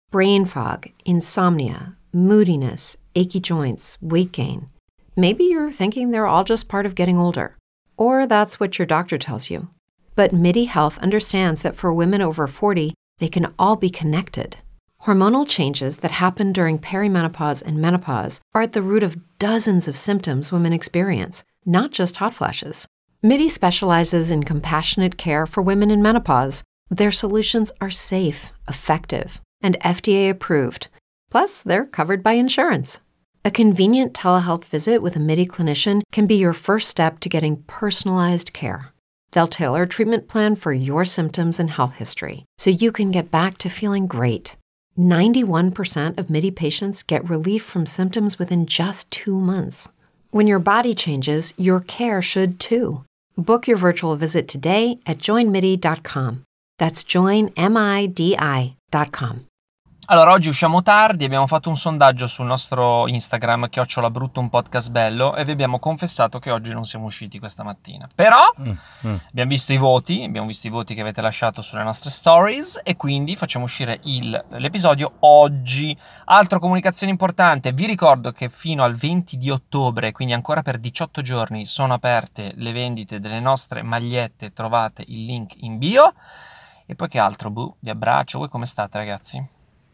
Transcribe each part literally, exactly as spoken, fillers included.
brain fog, insomnia, moodiness, achy joints, weight gain. Maybe you're thinking they're all just part of getting older, or that's what your doctor tells you. But MIDI Health understands that for women over forty, they can all be connected. Hormonal changes that happen during perimenopause and menopause are at the root of dozens of symptoms women experience, not just hot flashes. MIDI specializes in compassionate care for women in menopause. Their solutions are safe, effective, and F D A approved. Plus, they're covered by insurance. A convenient telehealth visit with a MIDI clinician can be your first step to getting personalized care. They'll tailor a treatment plan for your symptoms and health history, so you can get back to feeling great. ninety-one percent of MIDI patients get relief from symptoms within just two months. When your body changes, your care should too. Book your virtual visit today at join midi dot com. That's join midi dot com. Allora, oggi usciamo tardi, abbiamo fatto un sondaggio sul nostro Instagram, chiocciola brutto un podcast bello, e vi abbiamo confessato che oggi non siamo usciti questa mattina. Però mm, mm. abbiamo visto i voti, abbiamo visto i voti che avete lasciato sulle nostre stories, e quindi facciamo uscire il, l'episodio oggi. Altra comunicazione importante, vi ricordo che fino al venti di ottobre, quindi ancora per diciotto giorni, sono aperte le vendite delle nostre magliette, trovate il link in bio. E poi che altro? Buh, vi abbraccio. Voi come state, ragazzi?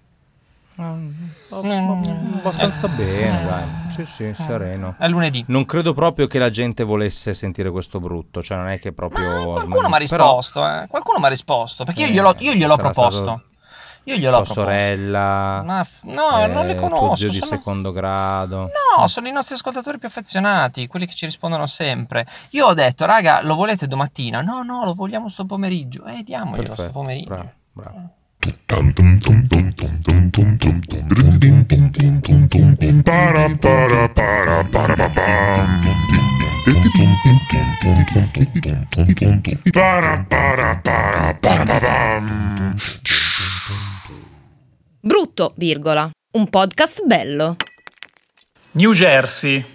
Abbastanza bene, dai. Sì, sì, sereno. È lunedì. Non credo proprio che la gente volesse sentire questo brutto, cioè non è che proprio. Ma qualcuno mi ha risposto, però... eh. Qualcuno mi ha risposto, perché io gliel'ho, io gliel'ho proposto. Stato... Io gliel'ho proposto. Sorella. Ma no, eh, non le conosco. Tuo zio di sono... secondo grado. No, sono i nostri ascoltatori più affezionati, quelli che ci rispondono sempre. Io ho detto, raga, lo volete domattina? No, no, lo vogliamo sto pomeriggio. Eh, diamoglielo. Perfetto, sto pomeriggio. Bravo, bravo. Brutto, virgola, un podcast bello. New Jersey.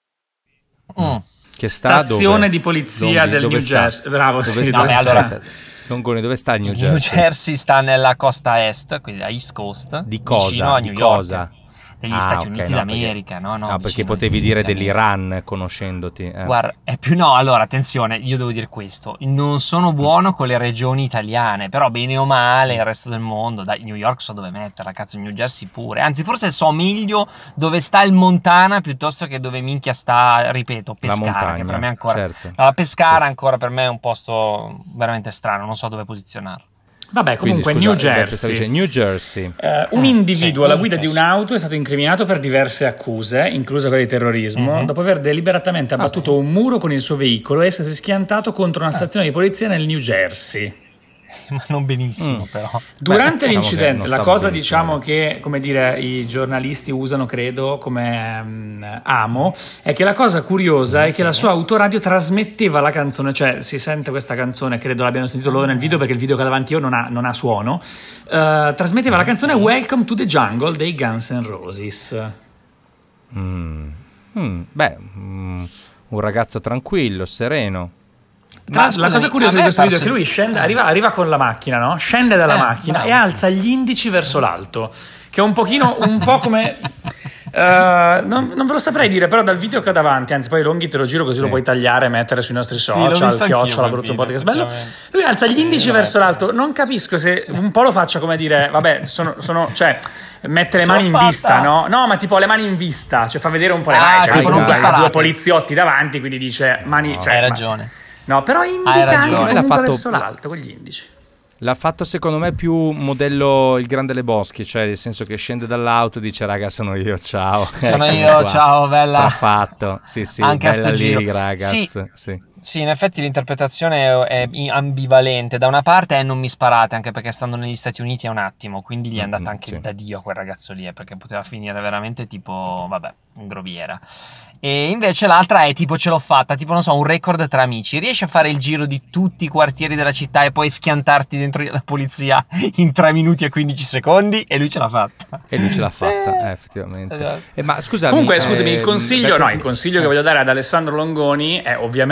Mm. Che sta stazione dove? di polizia Dove, del dove New sta? Jersey. Bravo, dove sì. Sta? Vabbè, allora... Longoni, dove sta il New Jersey? New Jersey sta nella costa est, quindi la East Coast. Di cosa? Vicino a Di New York. cosa? Degli ah, Stati okay, Uniti no, d'America, perché, no, no. No, perché potevi dire dell'Iran conoscendoti. Eh. Guarda, è più no, allora attenzione, io devo dire questo, non sono buono con le regioni italiane, però bene o male il resto del mondo, dai, New York so dove metterla, cazzo, New Jersey pure, anzi forse so meglio dove sta il Montana piuttosto che dove minchia sta, ripeto, Pescara, montagna, che per me è ancora, certo. la Pescara sì, ancora per me è un posto veramente strano, non so dove posizionarlo. Vabbè, comunque Quindi, New scusa, Jersey. New Jersey. Eh, un individuo sì, alla guida di un'auto è stato incriminato per diverse accuse, inclusa quella di terrorismo, mm-hmm. dopo aver deliberatamente abbattuto okay. un muro con il suo veicolo e essersi schiantato contro una stazione ah. di polizia nel New Jersey. Ma non benissimo, mm. però. Durante Beh, l'incidente, diciamo la cosa benissimo. diciamo che, come dire, i giornalisti usano, credo, come um, amo, è che la cosa curiosa mm, è che la sua autoradio trasmetteva la canzone, cioè si sente questa canzone, credo l'abbiano sentito loro nel video perché il video che ho davanti io non ha, non ha suono, uh, trasmetteva la canzone Welcome to the Jungle dei Guns N' Roses. Mm. Mm. Beh, mm. un ragazzo tranquillo, sereno. Tra, Ma, scusami, la cosa curiosa di questo video è che lui scende, eh. arriva, arriva con la macchina, no? Scende dalla eh, macchina bravo. e alza gli indici verso l'alto, che è un pochino, un po' come... Uh, non, non ve lo saprei dire, però dal video che ho davanti, anzi poi Longhi te lo giro così sì. lo puoi tagliare e mettere sui nostri social, sì, chiocciola brutto podcast bello. Lui alza gli indici sì, verso l'alto, non capisco se un po' lo faccia come dire, vabbè, sono, sono cioè mette le mani in fatta. vista, no? No, ma tipo le mani in vista, cioè fa vedere un po' le mani, ah, cioè comunque ha due poliziotti davanti, quindi dice mani, no, cioè, hai ragione. Ma, no, però indica anche comunque fatto, verso l'alto con gli indici. L'ha fatto secondo me più modello Il Grande Lebowski, cioè nel senso che scende dall'auto e dice raga sono io, ciao. Sono io, qua. ciao, bella. Strafatto, sì sì, anche bella a sto lì giro. ragazzi. Sì. sì. Sì, in effetti l'interpretazione è ambivalente. Da una parte è non mi sparate, anche perché stando negli Stati Uniti è un attimo, quindi gli è andata anche sì. da Dio quel ragazzo lì, perché poteva finire veramente tipo, vabbè, in groviera. E invece l'altra è tipo ce l'ho fatta, tipo non so, un record tra amici. Riesci a fare il giro di tutti i quartieri della città e poi schiantarti dentro la polizia in tre minuti e quindici secondi? E lui ce l'ha fatta. E lui ce l'ha fatta, sì. eh, effettivamente. Eh, ma scusami, comunque, eh, scusami, il consiglio, beh, no, il consiglio che voglio dare ad Alessandro Longoni è ovviamente don't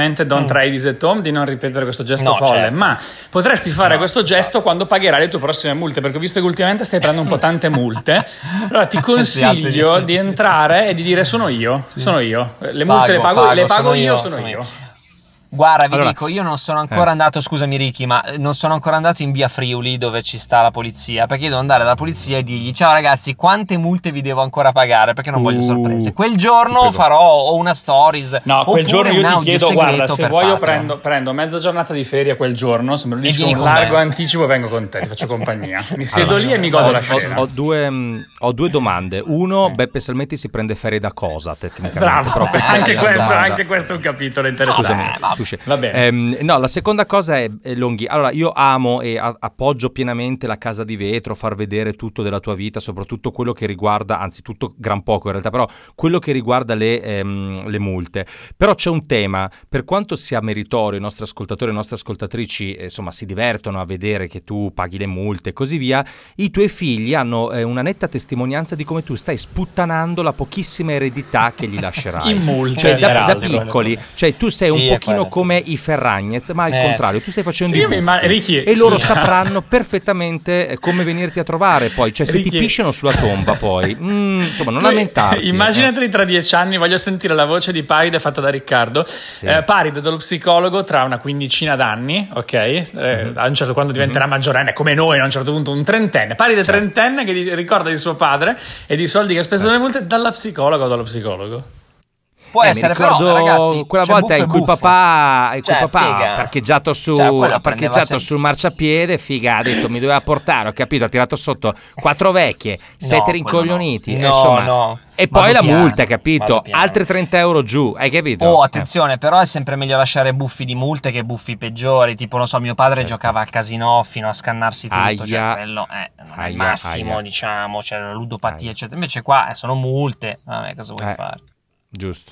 non trae di Zetom di non ripetere questo gesto No, folle, certo. ma potresti fare No, questo gesto quando pagherai le tue prossime multe, perché ho visto che ultimamente stai prendendo un po' tante multe. Allora ti consiglio di entrare e di dire sono io, sono io. Le multe Pago, le pago, pago, le pago sono io, io, sono sono io. io. Guarda, vi Allora, dico, io non sono ancora eh. andato, scusami Ricky, ma non sono ancora andato in via Friuli dove ci sta la polizia, perché io devo andare alla polizia e dirgli: ciao ragazzi, quante multe vi devo ancora pagare, perché non voglio Uh, sorprese. Quel ti giorno prego. farò o una stories, No, quel oppure giorno io un ti audio chiedo, segreto guarda, se per vuoi io Patreon. prendo, prendo mezza giornata di ferie quel giorno, se me lo dici con vieni un con largo me. anticipo vengo con te, ti faccio compagnia. Mi siedo Allora, lì e mi godo ho, la ho- scena. ho due, mh, ho due domande. Uno, Sì. Beppe Salmetti si prende ferie da cosa tecnicamente? Bravo, Però questa è anche la questo, domanda. anche questo è un capitolo interessante. Scusami, Vabbè, vabbè. touché. Va bene. Ehm, no, la seconda cosa è, è Longhi. Allora, io amo e a- appoggio pienamente la casa di vetro, far vedere tutto della tua vita, soprattutto quello che riguarda, anzi tutto gran poco in realtà, però quello che riguarda le, ehm, le multe. Però c'è un tema, per quanto sia meritorio, i nostri ascoltatori e le nostre ascoltatrici eh, insomma si divertono a vedere che tu paghi le multe e così via, i tuoi figli hanno eh, una netta testimonianza di come tu stai sputtanando la pochissima eredità che gli lascerai. In multe, Cioè, da, da peraltro. piccoli, cioè tu sei Sì, un è pochino quello. come i Ferragnez, ma al Eh, contrario, sì. tu stai facendo Sì, i io mi buffi imma- Ricky, e loro scusa. sapranno perfettamente eh, come venirti a trovare poi, cioè se ti Ricky. pisciano sulla tomba poi, mm, insomma non Tu- lamentarti. Immaginateli tra dieci anni, voglio sentire la voce di Paride fatta da Riccardo. Eh, Paride dallo psicologo tra una quindicina d'anni, ok? Eh, Mhm. A un certo quando diventerà maggiorenne, come noi, a un certo punto un trentenne. Paride Certo. trentenne che di- ricorda di suo padre e di soldi che ha speso nelle multe dalla psicologa o dallo psicologo. Può Eh, essere, mi ricordo però, ragazzi, quella c'è volta buffo in e cui buffo. papà, in cui Cioè, papà figa. ha parcheggiato, su, Cioè, quello ha prendeva parcheggiato sempre- sul marciapiede, figa, ha detto mi doveva portare, ho capito, ha tirato sotto quattro vecchie, sette quello rincoglioniti, no. e No, insomma, no. e poi Vado la piano, multa, capito? vado piano. Altri trenta euro giù, hai capito? Oh, Eh. attenzione, però è sempre meglio lasciare buffi di multe che buffi peggiori. Tipo, non so, mio padre Certo. giocava al casino fino a scannarsi tutto. Aia. Cioè, quello è, non è il Aia, massimo, aia. diciamo, c'è la ludopatia, Aia. eccetera. Invece qua eh, sono multe. Vabbè, cosa vuoi Eh. fare? Giusto.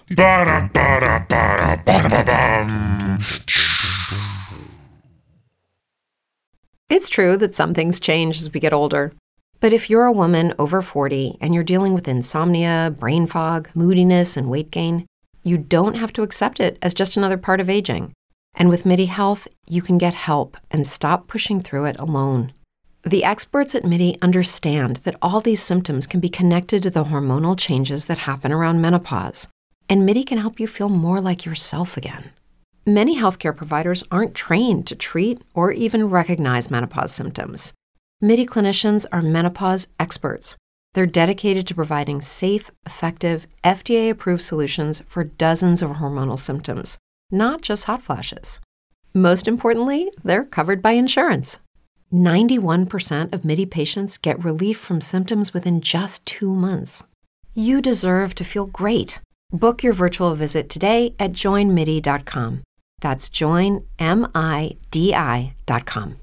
It's true that some things change as we get older. But if you're a woman over forty and you're dealing with insomnia, brain fog, moodiness, and weight gain, you don't have to accept it as just another part of aging. And with MIDI Health, you can get help and stop pushing through it alone. The experts at MIDI understand that all these symptoms can be connected to the hormonal changes that happen around menopause. And MIDI can help you feel more like yourself again. Many healthcare providers aren't trained to treat or even recognize menopause symptoms. MIDI clinicians are menopause experts. They're dedicated to providing safe, effective, F D A-approved solutions for dozens of hormonal symptoms, not just hot flashes. Most importantly, they're covered by insurance. ninety-one percent of MIDI patients get relief from symptoms within just two months. You deserve to feel great. Book your virtual visit today at join midi dot com. That's join midi dot com.